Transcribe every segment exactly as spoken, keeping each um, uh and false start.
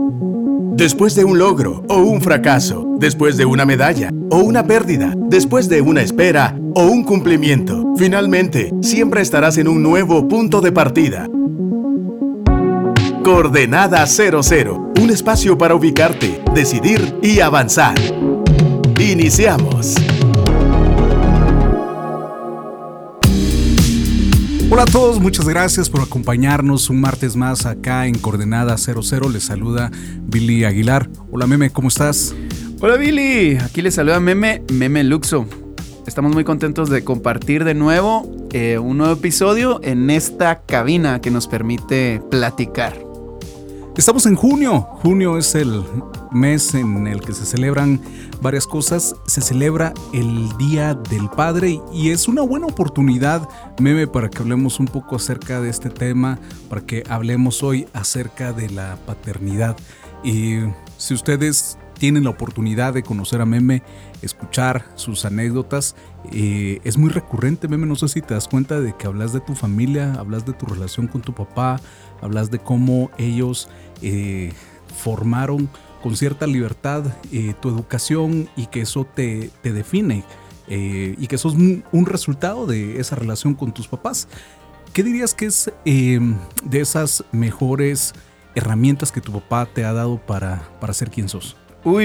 Después de un logro o un fracaso, después de una medalla o una pérdida, después de una espera o un cumplimiento, finalmente siempre estarás en un nuevo punto de partida. Coordenada cero cero, un espacio para ubicarte, decidir y avanzar. Iniciamos. Hola a todos, muchas gracias por acompañarnos un martes más acá en Coordenada cero cero. Les saluda Billy Aguilar. Hola Meme, ¿cómo estás? Hola Billy, aquí les saluda Meme, Meme Luxo. Estamos muy contentos de compartir de nuevo eh, un nuevo episodio en esta cabina que nos permite platicar. Estamos en junio. Junio es el mes en el que se celebran varias cosas. Se celebra el Día del Padre y es una buena oportunidad, Meme, para que hablemos un poco acerca de este tema, para que hablemos hoy acerca de la paternidad. Y si ustedes tienen la oportunidad de conocer a Meme, escuchar sus anécdotas, eh, es muy recurrente, Meme, no sé si te das cuenta de que hablas de tu familia, hablas de tu relación con tu papá, hablas de cómo ellos eh, formaron con cierta libertad eh, tu educación y que eso te, te define eh, y que eso es un, un resultado de esa relación con tus papás. ¿Qué dirías que es eh, de esas mejores herramientas que tu papá te ha dado para, para ser quien sos?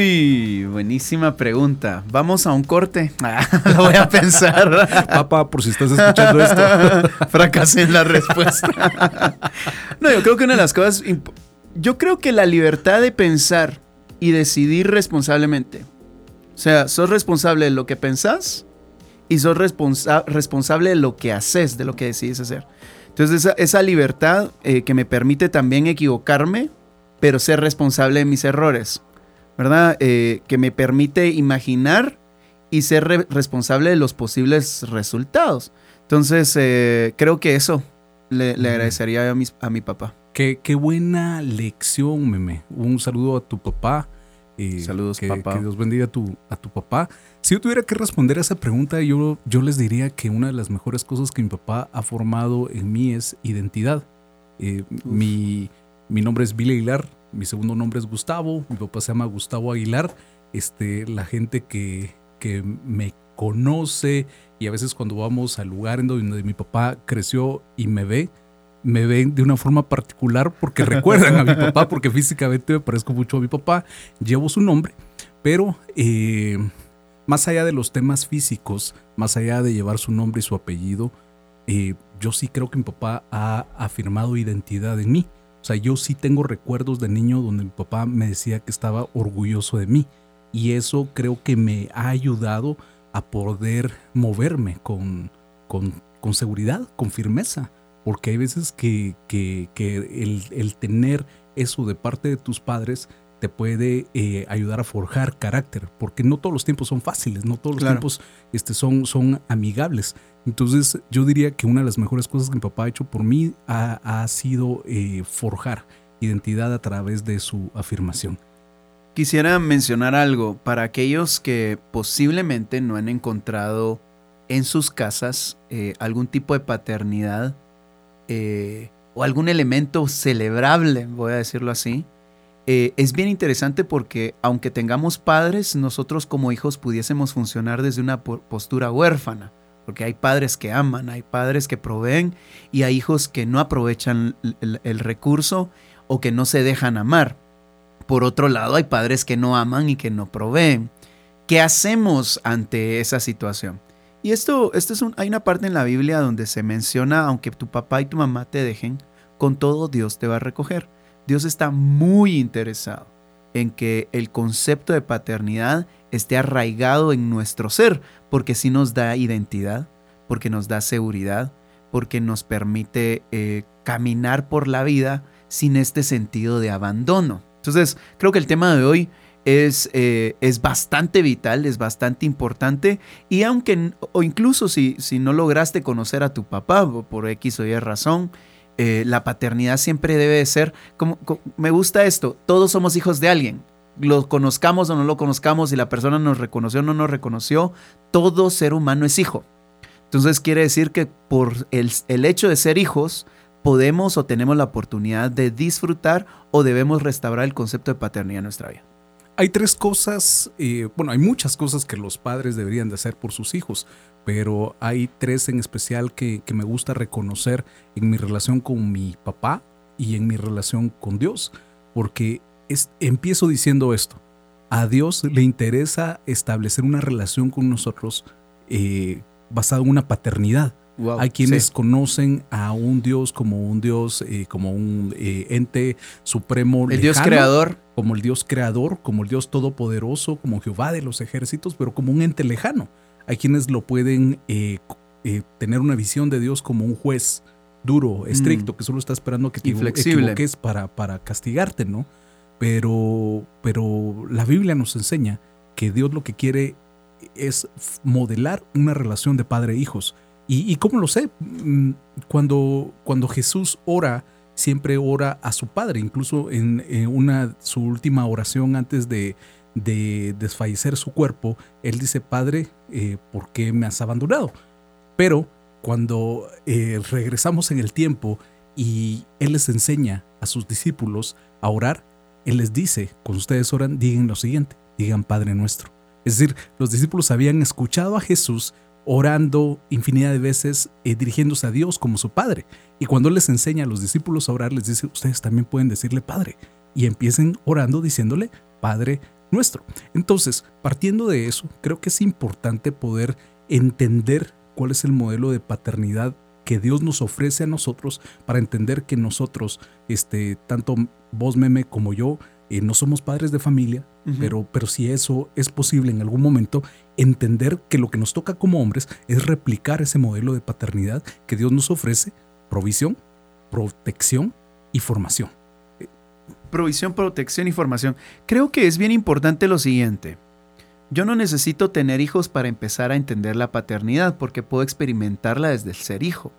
Uy, buenísima pregunta. Vamos a un corte. Ah, lo voy a pensar. Papá, por si estás escuchando esto. Fracasé en la respuesta. No, yo creo que una de las cosas... Imp- yo creo que la libertad de pensar y decidir responsablemente. O sea, sos responsable de lo que pensás y sos responsa- responsable de lo que haces, de lo que decides hacer. Entonces, esa, esa libertad eh, que me permite también equivocarme, pero ser responsable de mis errores. ¿Verdad? Eh, que me permite imaginar y ser re- responsable de los posibles resultados. Entonces, eh, creo que eso le, le agradecería a, mis, a mi papá. Qué, qué buena lección, Meme. Un saludo a tu papá. Eh, Saludos, que, papá. Que Dios bendiga a tu, a tu papá. Si yo tuviera que responder a esa pregunta, yo, yo les diría que una de las mejores cosas que mi papá ha formado en mí es identidad. Eh, mi, mi nombre es Billy Aguilar. Mi segundo nombre es Gustavo, mi papá se llama Gustavo Aguilar. Este, la gente que, que me conoce y a veces cuando vamos al lugar en donde mi papá creció y me ve, me ven de una forma particular porque recuerdan a mi papá, porque físicamente me parezco mucho a mi papá, llevo su nombre, pero eh, más allá de los temas físicos, más allá de llevar su nombre y su apellido, eh, yo sí creo que mi papá ha afirmado identidad en mí. O sea, yo sí tengo recuerdos de niño donde mi papá me decía que estaba orgulloso de mí y eso creo que me ha ayudado a poder moverme con, con, con seguridad, con firmeza, porque hay veces que, que, que el, el tener eso de parte de tus padres te puede eh, ayudar a forjar carácter, porque no todos los tiempos son fáciles, no todos los Claro. tiempos este, son, son amigables. Entonces yo diría que una de las mejores cosas que mi papá ha hecho por mí ha, ha sido eh, forjar identidad a través de su afirmación. Quisiera mencionar algo para aquellos que posiblemente no han encontrado en sus casas eh, algún tipo de paternidad eh, o algún elemento celebrable, voy a decirlo así. Eh, es bien interesante porque aunque tengamos padres, nosotros como hijos pudiésemos funcionar desde una po- postura huérfana. Porque hay padres que aman, hay padres que proveen y hay hijos que no aprovechan el, el recurso o que no se dejan amar. Por otro lado, hay padres que no aman y que no proveen. ¿Qué hacemos ante esa situación? Y esto, esto es un, hay una parte en la Biblia donde se menciona, aunque tu papá y tu mamá te dejen, con todo Dios te va a recoger. Dios está muy interesado en que el concepto de paternidad esté arraigado en nuestro ser, porque sí nos da identidad, porque nos da seguridad, porque nos permite eh, caminar por la vida sin este sentido de abandono. Entonces, creo que el tema de hoy es, eh, es bastante vital, es bastante importante, y aunque, o incluso si, si no lograste conocer a tu papá por X o Y razón, eh, la paternidad siempre debe de ser, como, como, me gusta esto, todos somos hijos de alguien. Lo conozcamos o no lo conozcamos, si la persona nos reconoció o no nos reconoció, todo ser humano es hijo. Entonces quiere decir que por el, el hecho de ser hijos, podemos o tenemos la oportunidad de disfrutar o debemos restaurar el concepto de paternidad en nuestra vida? Hay tres cosas, eh, bueno, hay muchas cosas que los padres deberían de hacer por sus hijos, pero hay tres en especial que, que me gusta reconocer en mi relación con mi papá y en mi relación con Dios, porque es, empiezo diciendo esto: a Dios le interesa establecer una relación con nosotros eh, basada en una paternidad. Wow, hay quienes sí. conocen a un Dios como un Dios, eh, como un eh, ente supremo el lejano, Dios creador. Como el Dios creador, como el Dios todopoderoso, como Jehová de los ejércitos, pero como un ente lejano. Hay quienes lo pueden eh, eh, tener una visión de Dios como un juez duro, estricto, mm. que solo está esperando que te equivoques para, para castigarte, ¿no? Pero, pero la Biblia nos enseña que Dios lo que quiere es modelar una relación de padre e hijos. ¿Y, y cómo lo sé? Cuando, cuando Jesús ora, siempre ora a su Padre. Incluso en, en una, su última oración antes de, de desfallecer su cuerpo, Él dice: Padre, eh, ¿por qué me has abandonado? Pero cuando eh, regresamos en el tiempo y Él les enseña a sus discípulos a orar, Él les dice: cuando ustedes oran, digan lo siguiente, digan Padre nuestro. Es decir, los discípulos habían escuchado a Jesús orando infinidad de veces, eh, dirigiéndose a Dios como su Padre. Y cuando Él les enseña a los discípulos a orar, les dice: ustedes también pueden decirle Padre. Y empiecen orando diciéndole Padre nuestro. Entonces, partiendo de eso, creo que es importante poder entender cuál es el modelo de paternidad que Dios nos ofrece a nosotros, para entender que nosotros, este, tanto vos, Meme, como yo, Eh, no somos padres de familia, uh-huh. pero, pero si eso es posible en algún momento, entender que lo que nos toca como hombres es replicar ese modelo de paternidad que Dios nos ofrece: provisión, protección y formación. Provisión, protección y formación. Creo que es bien importante lo siguiente: yo no necesito tener hijos para empezar a entender la paternidad, porque puedo experimentarla desde el ser hijo.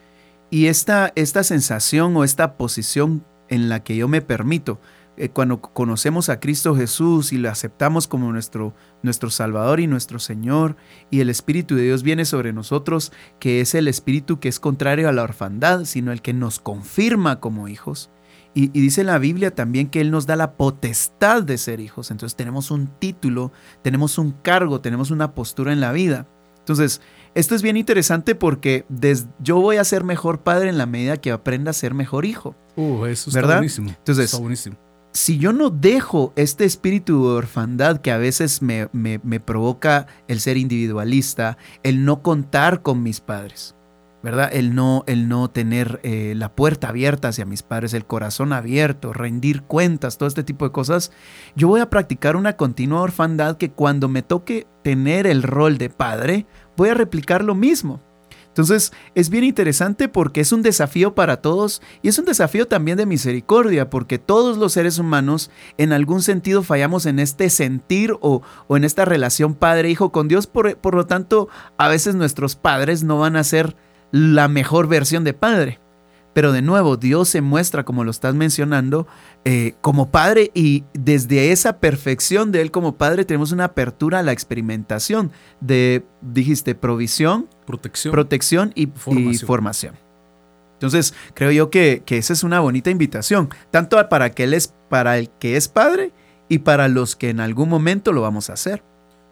Y esta, esta sensación o esta posición en la que yo me permito, cuando conocemos a Cristo Jesús y lo aceptamos como nuestro, nuestro Salvador y nuestro Señor, y el Espíritu de Dios viene sobre nosotros, que es el Espíritu que es contrario a la orfandad, sino el que nos confirma como hijos. Y, y dice la Biblia también que Él nos da la potestad de ser hijos. Entonces tenemos un título, tenemos un cargo, tenemos una postura en la vida. Entonces, esto es bien interesante porque des, yo voy a ser mejor padre en la medida que aprenda a ser mejor hijo. Uh, eso está ¿verdad? buenísimo. Entonces, está buenísimo. Si yo no dejo este espíritu de orfandad que a veces me, me, me provoca el ser individualista, el no contar con mis padres, ¿verdad? El no, el no tener eh, la puerta abierta hacia mis padres, el corazón abierto, rendir cuentas, todo este tipo de cosas, yo voy a practicar una continua orfandad que cuando me toque tener el rol de padre, voy a replicar lo mismo. Entonces es bien interesante porque es un desafío para todos y es un desafío también de misericordia, porque todos los seres humanos en algún sentido fallamos en este sentir o, o en esta relación padre-hijo con Dios. Por, por lo tanto, a veces nuestros padres no van a ser la mejor versión de padre. Pero de nuevo, Dios se muestra, como lo estás mencionando, eh, como Padre, y desde esa perfección de Él como Padre tenemos una apertura a la experimentación de, dijiste, provisión, protección, protección y, formación. y formación. Entonces, creo yo que, que esa es una bonita invitación, tanto para, que él es, para el que es Padre y para los que en algún momento lo vamos a hacer.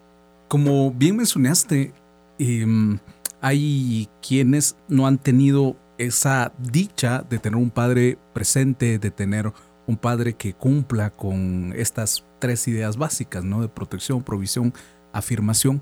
Como bien mencionaste, eh, hay quienes no han tenido esa dicha de tener un padre presente, de tener un padre que cumpla con estas tres ideas básicas, ¿no? De protección, provisión, afirmación.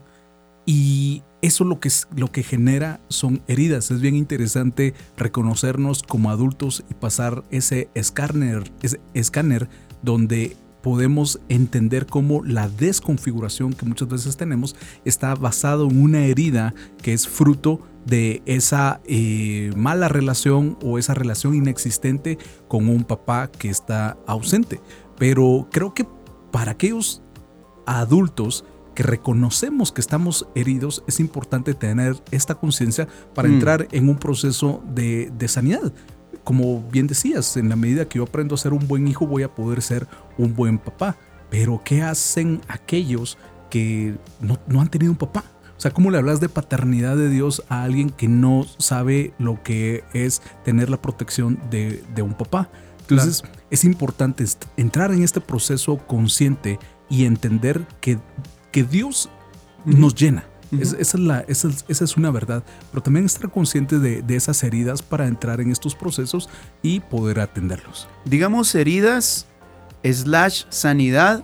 Y eso lo que, lo que genera son heridas. Es bien interesante reconocernos como adultos y pasar ese escáner, ese escáner donde podemos entender cómo la desconfiguración que muchas veces tenemos está basado en una herida que es fruto de esa eh, mala relación o esa relación inexistente con un papá que está ausente. Pero creo que para aquellos adultos que reconocemos que estamos heridos, es importante tener esta conciencia para mm. entrar en un proceso de, de sanidad. Como bien decías, en la medida que yo aprendo a ser un buen hijo, voy a poder ser un buen papá. Pero ¿qué hacen aquellos que no, no han tenido un papá? O sea, ¿cómo le hablas de paternidad de Dios a alguien que no sabe lo que es tener la protección de, de un papá? Entonces, claro, es importante entrar en este proceso consciente y entender que, que Dios uh-huh. nos llena. Uh-huh. Es, esa, es la, esa, es, esa es una verdad. Pero también estar consciente de, de esas heridas para entrar en estos procesos y poder atenderlos. Digamos heridas slash sanidad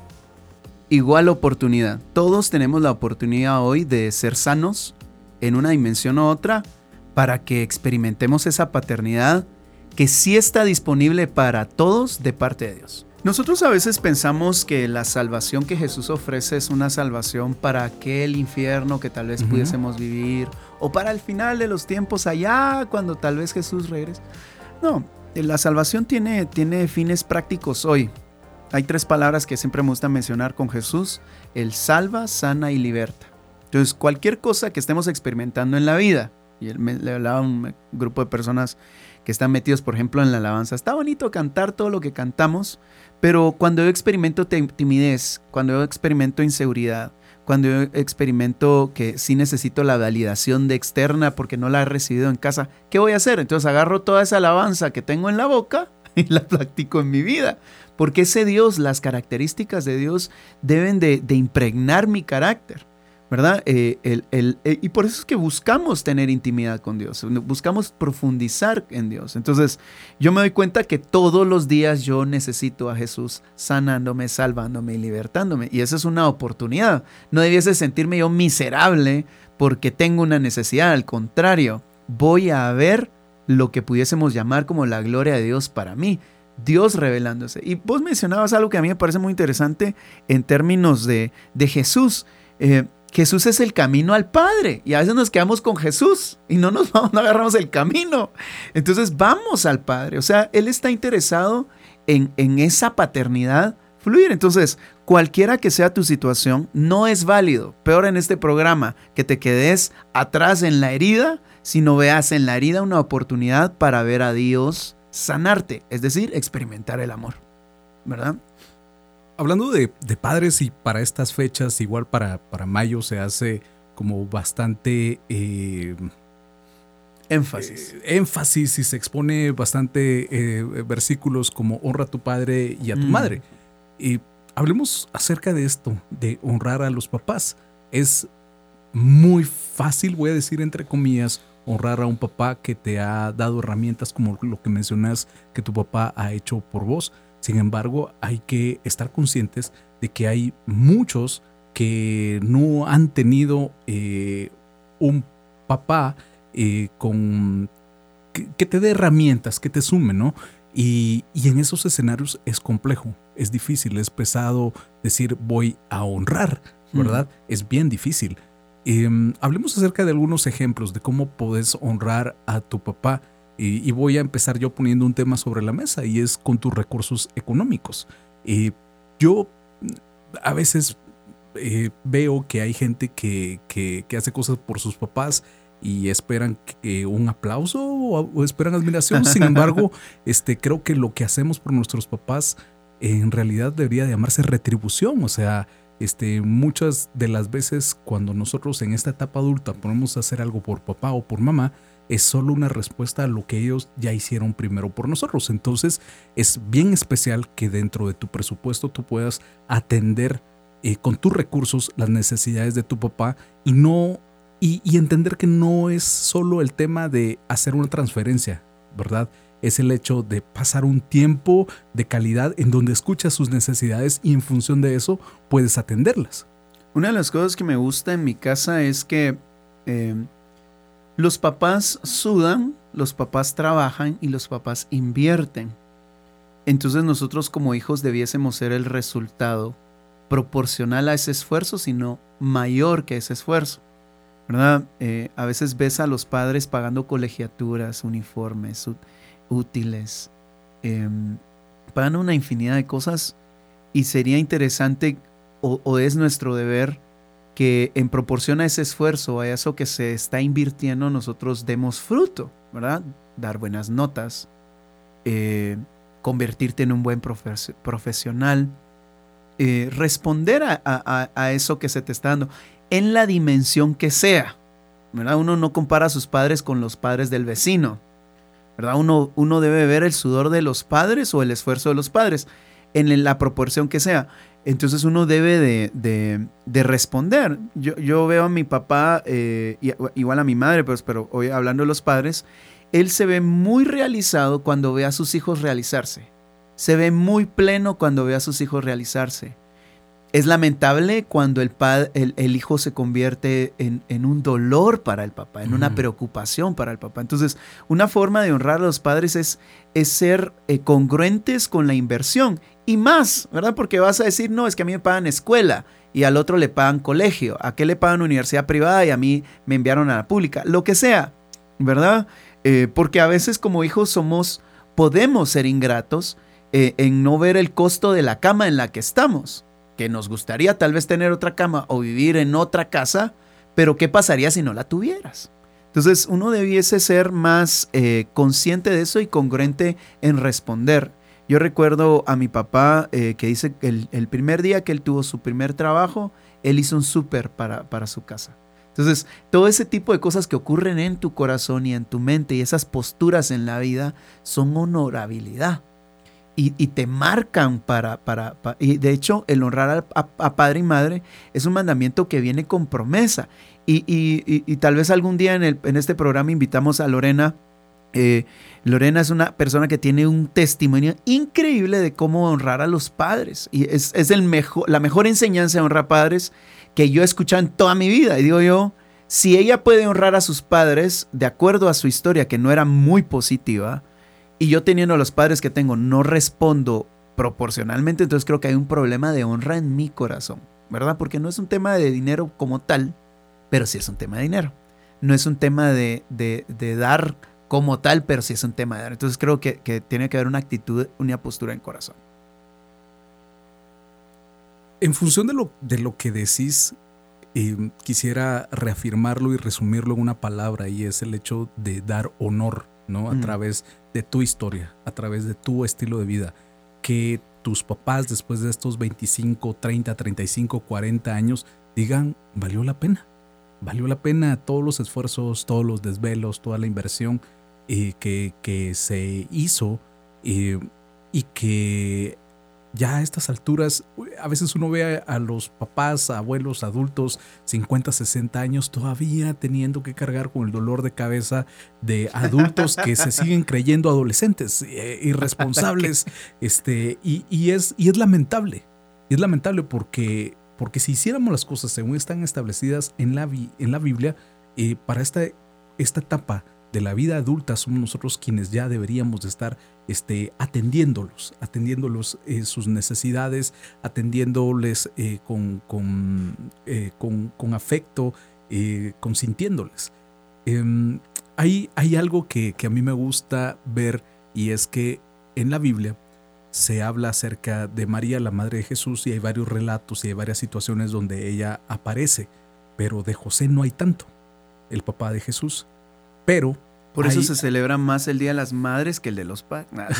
igual oportunidad. Todos tenemos la oportunidad hoy de ser sanos en una dimensión u otra para que experimentemos esa paternidad que sí está disponible para todos de parte de Dios. Nosotros a veces pensamos que la salvación que Jesús ofrece es una salvación para aquel infierno que tal vez uh-huh. pudiésemos vivir o para el final de los tiempos allá cuando tal vez Jesús regrese. No, la salvación tiene, tiene fines prácticos hoy. Hay tres palabras que siempre me gusta mencionar con Jesús: Él salva, sana y liberta. Entonces, cualquier cosa que estemos experimentando en la vida, y él me, le hablaba a un grupo de personas que están metidos, por ejemplo, en la alabanza. Está bonito cantar todo lo que cantamos, pero cuando yo experimento timidez, cuando yo experimento inseguridad, cuando yo experimento que sí necesito la validación de externa porque no la he recibido en casa, ¿qué voy a hacer? Entonces agarro toda esa alabanza que tengo en la boca y la practico en mi vida. Porque ese Dios, las características de Dios deben de, de impregnar mi carácter, ¿verdad? Eh, el, el, el, y por eso es que buscamos tener intimidad con Dios, buscamos profundizar en Dios. Entonces, yo me doy cuenta que todos los días yo necesito a Jesús sanándome, salvándome y libertándome. Y esa es una oportunidad. No debiese sentirme yo miserable porque tengo una necesidad. Al contrario, voy a ver lo que pudiésemos llamar como la gloria de Dios para mí. Dios revelándose. Y vos mencionabas algo que a mí me parece muy interesante en términos de, de Jesús. Eh, Jesús es el camino al Padre y a veces nos quedamos con Jesús y no nos vamos, no agarramos el camino. Entonces vamos al Padre. O sea, Él está interesado en, en esa paternidad fluir. Entonces, cualquiera que sea tu situación, no es válido, peor en este programa, que te quedes atrás en la herida, sino veas en la herida una oportunidad para ver a Dios sanarte, es decir, experimentar el amor, ¿verdad? Hablando de, de padres, y para estas fechas, igual para, para mayo se hace como bastante eh, énfasis. Eh, énfasis y se expone bastante eh, versículos como honra a tu padre y a tu mm. madre. Y hablemos acerca de esto, de honrar a los papás. Es muy fácil, voy a decir entre comillas, honrar a un papá que te ha dado herramientas como lo que mencionas que tu papá ha hecho por vos. Sin embargo, hay que estar conscientes de que hay muchos que no han tenido eh, un papá eh, con que, que te dé herramientas, que te sume, ¿no? Y, y en esos escenarios es complejo, es difícil, es pesado decir voy a honrar, ¿verdad? Mm. Es bien difícil. Eh, hablemos acerca de algunos ejemplos de cómo podés honrar a tu papá. Y, y voy a empezar yo poniendo un tema sobre la mesa y es con tus recursos económicos. Eh, yo a veces eh, veo que hay gente que, que, que hace cosas por sus papás y esperan que, un aplauso o, o esperan admiración. Sin embargo, este, creo que lo que hacemos por nuestros papás en realidad debería llamarse retribución. O sea, este, muchas de las veces cuando nosotros en esta etapa adulta ponemos a hacer algo por papá o por mamá, es solo una respuesta a lo que ellos ya hicieron primero por nosotros. Entonces es bien especial que dentro de tu presupuesto tú puedas atender eh, con tus recursos las necesidades de tu papá y no y, y entender que no es solo el tema de hacer una transferencia, ¿verdad? Es el hecho de pasar un tiempo de calidad en donde escuchas sus necesidades y en función de eso puedes atenderlas. Una de las cosas que me gusta en mi casa es que eh, los papás sudan, los papás trabajan y los papás invierten. Entonces nosotros como hijos debiésemos ser el resultado proporcional a ese esfuerzo, sino mayor que ese esfuerzo, ¿verdad? Eh, a veces ves a los padres pagando colegiaturas, uniformes, útiles, eh, pagan una infinidad de cosas y sería interesante o, o es nuestro deber que en proporción a ese esfuerzo, a eso que se está invirtiendo, nosotros demos fruto, ¿verdad? Dar buenas notas, eh, convertirte en un buen profes- profesional, eh, responder a, a, a eso que se te está dando, en la dimensión que sea, ¿verdad? Uno no compara a sus padres con los padres del vecino, ¿verdad? Uno, uno debe ver el sudor de los padres o el esfuerzo de los padres, en la proporción que sea. Entonces uno debe de, de, de responder. Yo, yo veo a mi papá, eh, igual a mi madre, pues, pero hoy hablando de los padres, él se ve muy realizado cuando ve a sus hijos realizarse. Se ve muy pleno cuando ve a sus hijos realizarse. Es lamentable cuando el, padre, el, el hijo se convierte en, en un dolor para el papá, en mm. una preocupación para el papá. Entonces, una forma de honrar a los padres es, es ser eh, congruentes con la inversión. Y más, ¿verdad? Porque vas a decir, no, es que a mí me pagan escuela y al otro le pagan colegio. ¿A qué le pagan universidad privada y a mí me enviaron a la pública? Lo que sea, ¿verdad? Eh, porque a veces como hijos somos, podemos ser ingratos eh, en no ver el costo de la cama en la que estamos. Que nos gustaría tal vez tener otra cama o vivir en otra casa, pero ¿qué pasaría si no la tuvieras? Entonces uno debiese ser más eh, consciente de eso y congruente en responder. Yo recuerdo a mi papá eh, que dice que el, el primer día que él tuvo su primer trabajo, él hizo un súper para, para su casa. Entonces, todo ese tipo de cosas que ocurren en tu corazón y en tu mente y esas posturas en la vida son honorabilidad y, y te marcan para, para, para... Y de hecho, el honrar a, a, a padre y madre es un mandamiento que viene con promesa. Y, y, y, y tal vez algún día en, el, en este programa invitamos a Lorena. Eh, Lorena es una persona que tiene un testimonio increíble de cómo honrar a los padres. Y es, es el mejor, la mejor enseñanza de honrar a padres que yo he escuchado en toda mi vida. Y digo yo, si ella puede honrar a sus padres de acuerdo a su historia, que no era muy positiva, y yo teniendo a los padres que tengo no respondo proporcionalmente, entonces creo que hay un problema de honra en mi corazón, ¿verdad? Porque no es un tema de dinero como tal, pero sí es un tema de dinero. No es un tema de, de, de dar como tal, pero sí es un tema de dar. Entonces creo que, que tiene que haber una actitud, una postura en corazón. En función de lo, de lo que decís, eh, quisiera reafirmarlo y resumirlo en una palabra, y es el hecho de dar honor, ¿no? A mm. través de tu historia, a través de tu estilo de vida. Que tus papás después de estos veinticinco, treinta, treinta y cinco, cuarenta años digan, valió la pena. Valió la pena todos los esfuerzos, todos los desvelos, toda la inversión eh, que, que se hizo eh, y que ya a estas alturas, a veces uno ve a, a los papás, abuelos, adultos, cincuenta, sesenta años todavía teniendo que cargar con el dolor de cabeza de adultos que se siguen creyendo adolescentes, eh, irresponsables, este, y, y, es, y es lamentable, y es lamentable porque, porque si hiciéramos las cosas según están establecidas en la, en la Biblia, eh, para esta, esta etapa de la vida adulta somos nosotros quienes ya deberíamos de estar este, atendiéndolos, atendiéndolos eh, sus necesidades, atendiéndoles eh, con, con, eh, con, con afecto, eh, consintiéndoles. Eh, hay, hay algo que, que a mí me gusta ver, y es que en la Biblia se habla acerca de María, la madre de Jesús, y hay varios relatos y hay varias situaciones donde ella aparece, pero de José no hay tanto, el papá de Jesús. Pero por eso hay, se celebra más el Día de las Madres que el de los padres. No,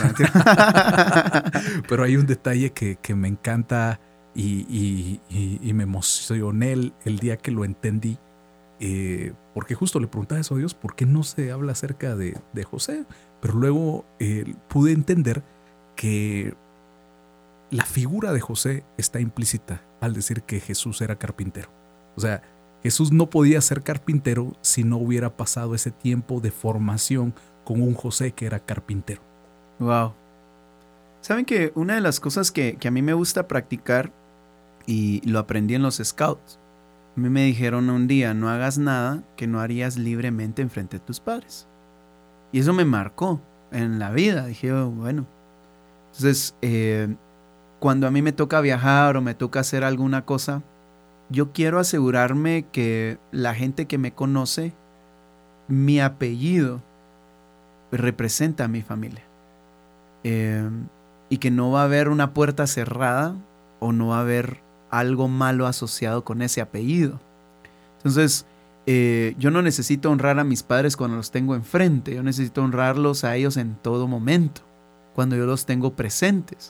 pero hay un detalle que, que me encanta y, y, y, y me emocioné el, el día que lo entendí, eh, porque justo le preguntaba eso a Dios, ¿por qué no se habla acerca de, de José? Pero luego eh, pude entender que la figura de José está implícita al decir que Jesús era carpintero. O sea, Jesús no podía ser carpintero si no hubiera pasado ese tiempo de formación con un José que era carpintero. Wow. ¿Saben que una de las cosas que, que a mí me gusta practicar, y lo aprendí en los Scouts, a mí me dijeron un día, no hagas nada que no harías libremente enfrente de tus padres. Y eso me marcó en la vida. Dije, oh, bueno. Entonces, eh, cuando a mí me toca viajar o me toca hacer alguna cosa, yo quiero asegurarme que la gente que me conoce, mi apellido representa a mi familia. Eh, y que no va a haber una puerta cerrada o no va a haber algo malo asociado con ese apellido. Entonces, eh, yo no necesito honrar a mis padres cuando los tengo enfrente. Yo necesito honrarlos a ellos en todo momento, cuando yo los tengo presentes.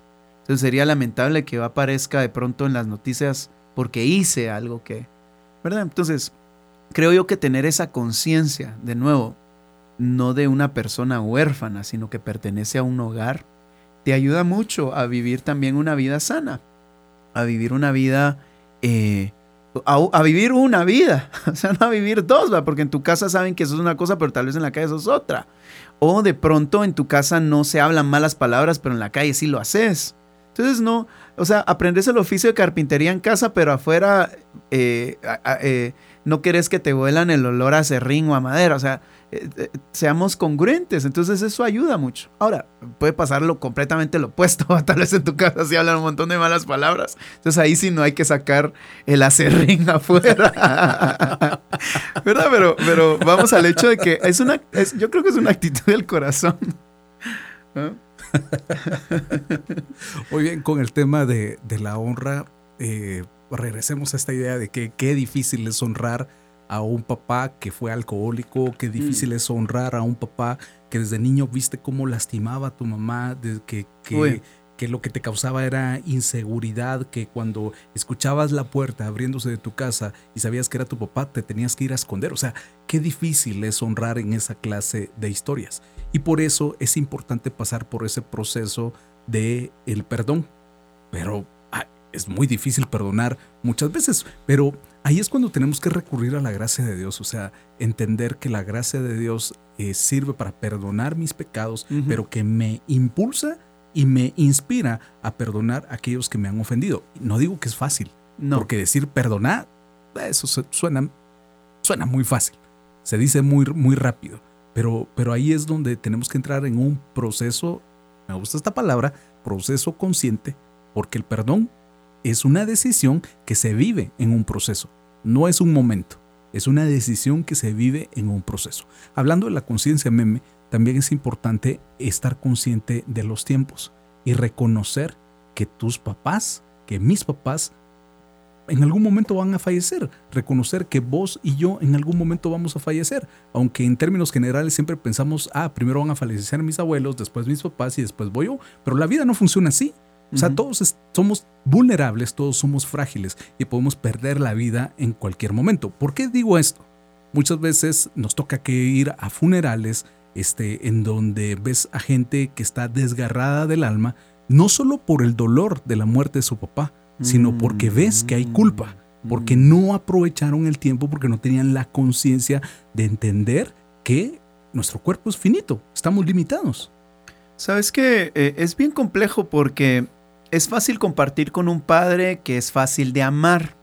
Entonces sería lamentable que aparezca de pronto en las noticias porque hice algo que, ¿verdad? Entonces, creo yo que tener esa conciencia, de nuevo, no de una persona huérfana, sino que pertenece a un hogar, te ayuda mucho a vivir también una vida sana, a vivir una vida, eh, a, a vivir una vida, o sea, no a vivir dos, ¿va? Porque en tu casa saben que eso es una cosa, pero tal vez en la calle eso es otra. O de pronto en tu casa no se hablan malas palabras, pero en la calle sí lo haces. Entonces no, o sea, aprendes el oficio de carpintería en casa, pero afuera eh, eh, no querés que te huelan el olor a serrín o a madera. O sea, eh, eh, seamos congruentes. Entonces eso ayuda mucho. Ahora, puede pasarlo completamente lo opuesto. Tal vez en tu casa sí hablan un montón de malas palabras. Entonces ahí sí no hay que sacar el acerrín afuera. ¿Verdad? Pero, pero vamos al hecho de que es una, es, yo creo que es una actitud del corazón. ¿No? Muy bien, con el tema de, de la honra, eh, regresemos a esta idea de que qué difícil es honrar a un papá que fue alcohólico, qué difícil mm. es honrar a un papá que desde niño viste cómo lastimaba a tu mamá, de que, que, que lo que te causaba era inseguridad, que cuando escuchabas la puerta abriéndose de tu casa y sabías que era tu papá, te tenías que ir a esconder. O sea, qué difícil es honrar en esa clase de historias. Y por eso es importante pasar por ese proceso de el perdón. Pero ay, es muy difícil perdonar muchas veces. Pero ahí es cuando tenemos que recurrir a la gracia de Dios. O sea, entender que la gracia de Dios eh, sirve para perdonar mis pecados, uh-huh. pero que me impulsa y me inspira a perdonar a aquellos que me han ofendido. No digo que es fácil. No. Porque decir perdonar, eso suena, suena muy fácil. Se dice muy, muy rápido. Pero, pero ahí es donde tenemos que entrar en un proceso, me gusta esta palabra, proceso consciente, porque el perdón es una decisión que se vive en un proceso, no es un momento, es una decisión que se vive en un proceso. Hablando de la conciencia, Meme, también es importante estar consciente de los tiempos y reconocer que tus papás, que mis papás, en algún momento van a fallecer, reconocer que vos y yo en algún momento vamos a fallecer, aunque en términos generales siempre pensamos, ah, primero van a fallecer mis abuelos, después mis papás y después voy yo, pero la vida no funciona así. O sea, uh-huh. todos es, somos vulnerables, todos somos frágiles y podemos perder la vida en cualquier momento. ¿Por qué digo esto? Muchas veces nos toca que ir a funerales este, en donde ves a gente que está desgarrada del alma, no solo por el dolor de la muerte de su papá, sino porque ves que hay culpa, porque no aprovecharon el tiempo, porque no tenían la conciencia de entender que nuestro cuerpo es finito, estamos limitados. Sabes que eh, es bien complejo porque es fácil compartir con un padre que es fácil de amar,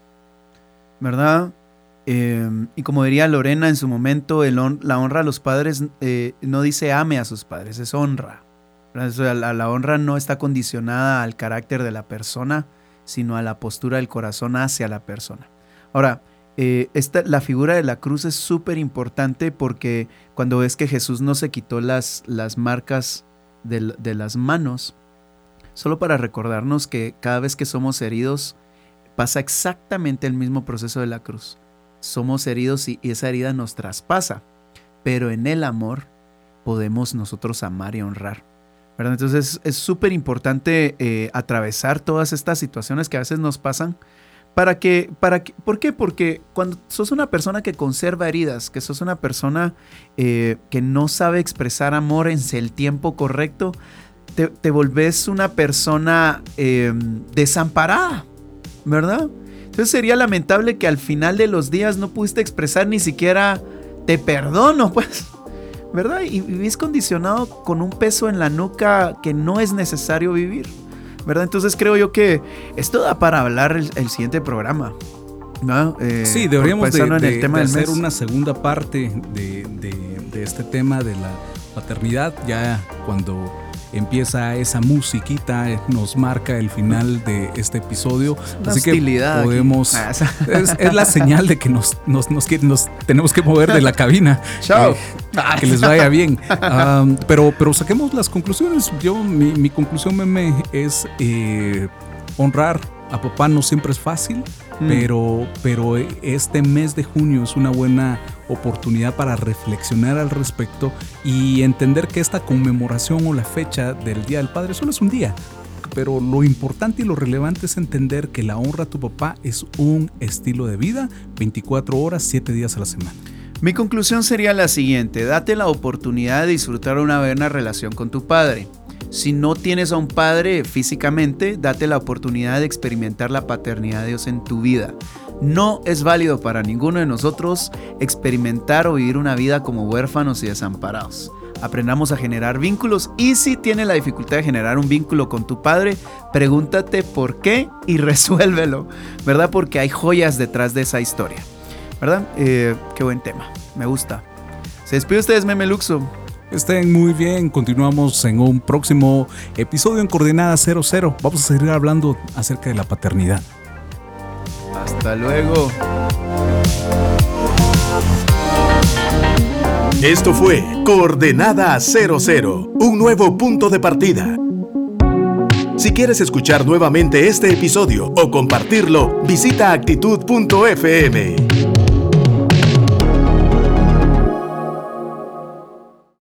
¿verdad? Eh, y como diría Lorena en su momento, el on- la honra a los padres eh, no dice ame a sus padres, es honra. O sea, la, la honra no está condicionada al carácter de la persona, sino a la postura del corazón hacia la persona. Ahora, eh, esta, la figura de la cruz es súper importante porque cuando ves que Jesús no se quitó las, las marcas de, de las manos, solo para recordarnos que cada vez que somos heridos, pasa exactamente el mismo proceso de la cruz. Somos heridos y, y esa herida nos traspasa, pero en el amor podemos nosotros amar y honrar. ¿Verdad? Entonces es súper importante eh, atravesar todas estas situaciones que a veces nos pasan para que, para que, ¿por qué? Porque cuando sos una persona que conserva heridas, que sos una persona eh, que no sabe expresar amor en el tiempo correcto, te, te volvés una persona eh, desamparada, ¿verdad? Entonces sería lamentable que al final de los días no pudiste expresar ni siquiera te perdono, pues, ¿verdad? Y vivís condicionado con un peso en la nuca que no es necesario vivir, ¿verdad? Entonces creo yo que esto da para hablar el, el siguiente programa, ¿no? Eh, sí, deberíamos de, en el de, tema de del hacer mes. una segunda parte de, de, de este tema de la paternidad, ya cuando empieza esa musiquita, nos marca el final de este episodio. Una Así que hostilidad podemos. aquí. Es, es la señal de que nos, nos, nos, nos tenemos que mover de la cabina. Chao. Eh, que les vaya bien. Um, pero, pero saquemos las conclusiones. Yo, mi, mi conclusión, Meme, es eh, honrar a papá no siempre es fácil, mm. pero, pero este mes de junio es una buena oportunidad para reflexionar al respecto y entender que esta conmemoración o la fecha del Día del Padre solo es un día. pero lo importante y lo relevante es entender que la honra a tu papá es un estilo de vida, veinticuatro horas, siete días a la semana. Mi conclusión sería la siguiente: date la oportunidad de disfrutar una buena relación con tu padre. Si no tienes a un padre físicamente, date la oportunidad de experimentar la paternidad de Dios en tu vida. No es válido para ninguno de nosotros experimentar o vivir una vida como huérfanos y desamparados. Aprendamos a generar vínculos, y si tienes la dificultad de generar un vínculo con tu padre, pregúntate por qué y resuélvelo, ¿verdad? Porque hay joyas detrás de esa historia, ¿verdad? Eh, qué buen tema, me gusta. Se despide ustedes, Memeluxo. Estén muy bien, continuamos en un próximo episodio en Coordenada cero cero. Vamos a seguir hablando acerca de la paternidad. Hasta luego. Esto fue Coordenada cero cero, un nuevo punto de partida. Si quieres escuchar nuevamente este episodio o compartirlo, visita actitud punto f m.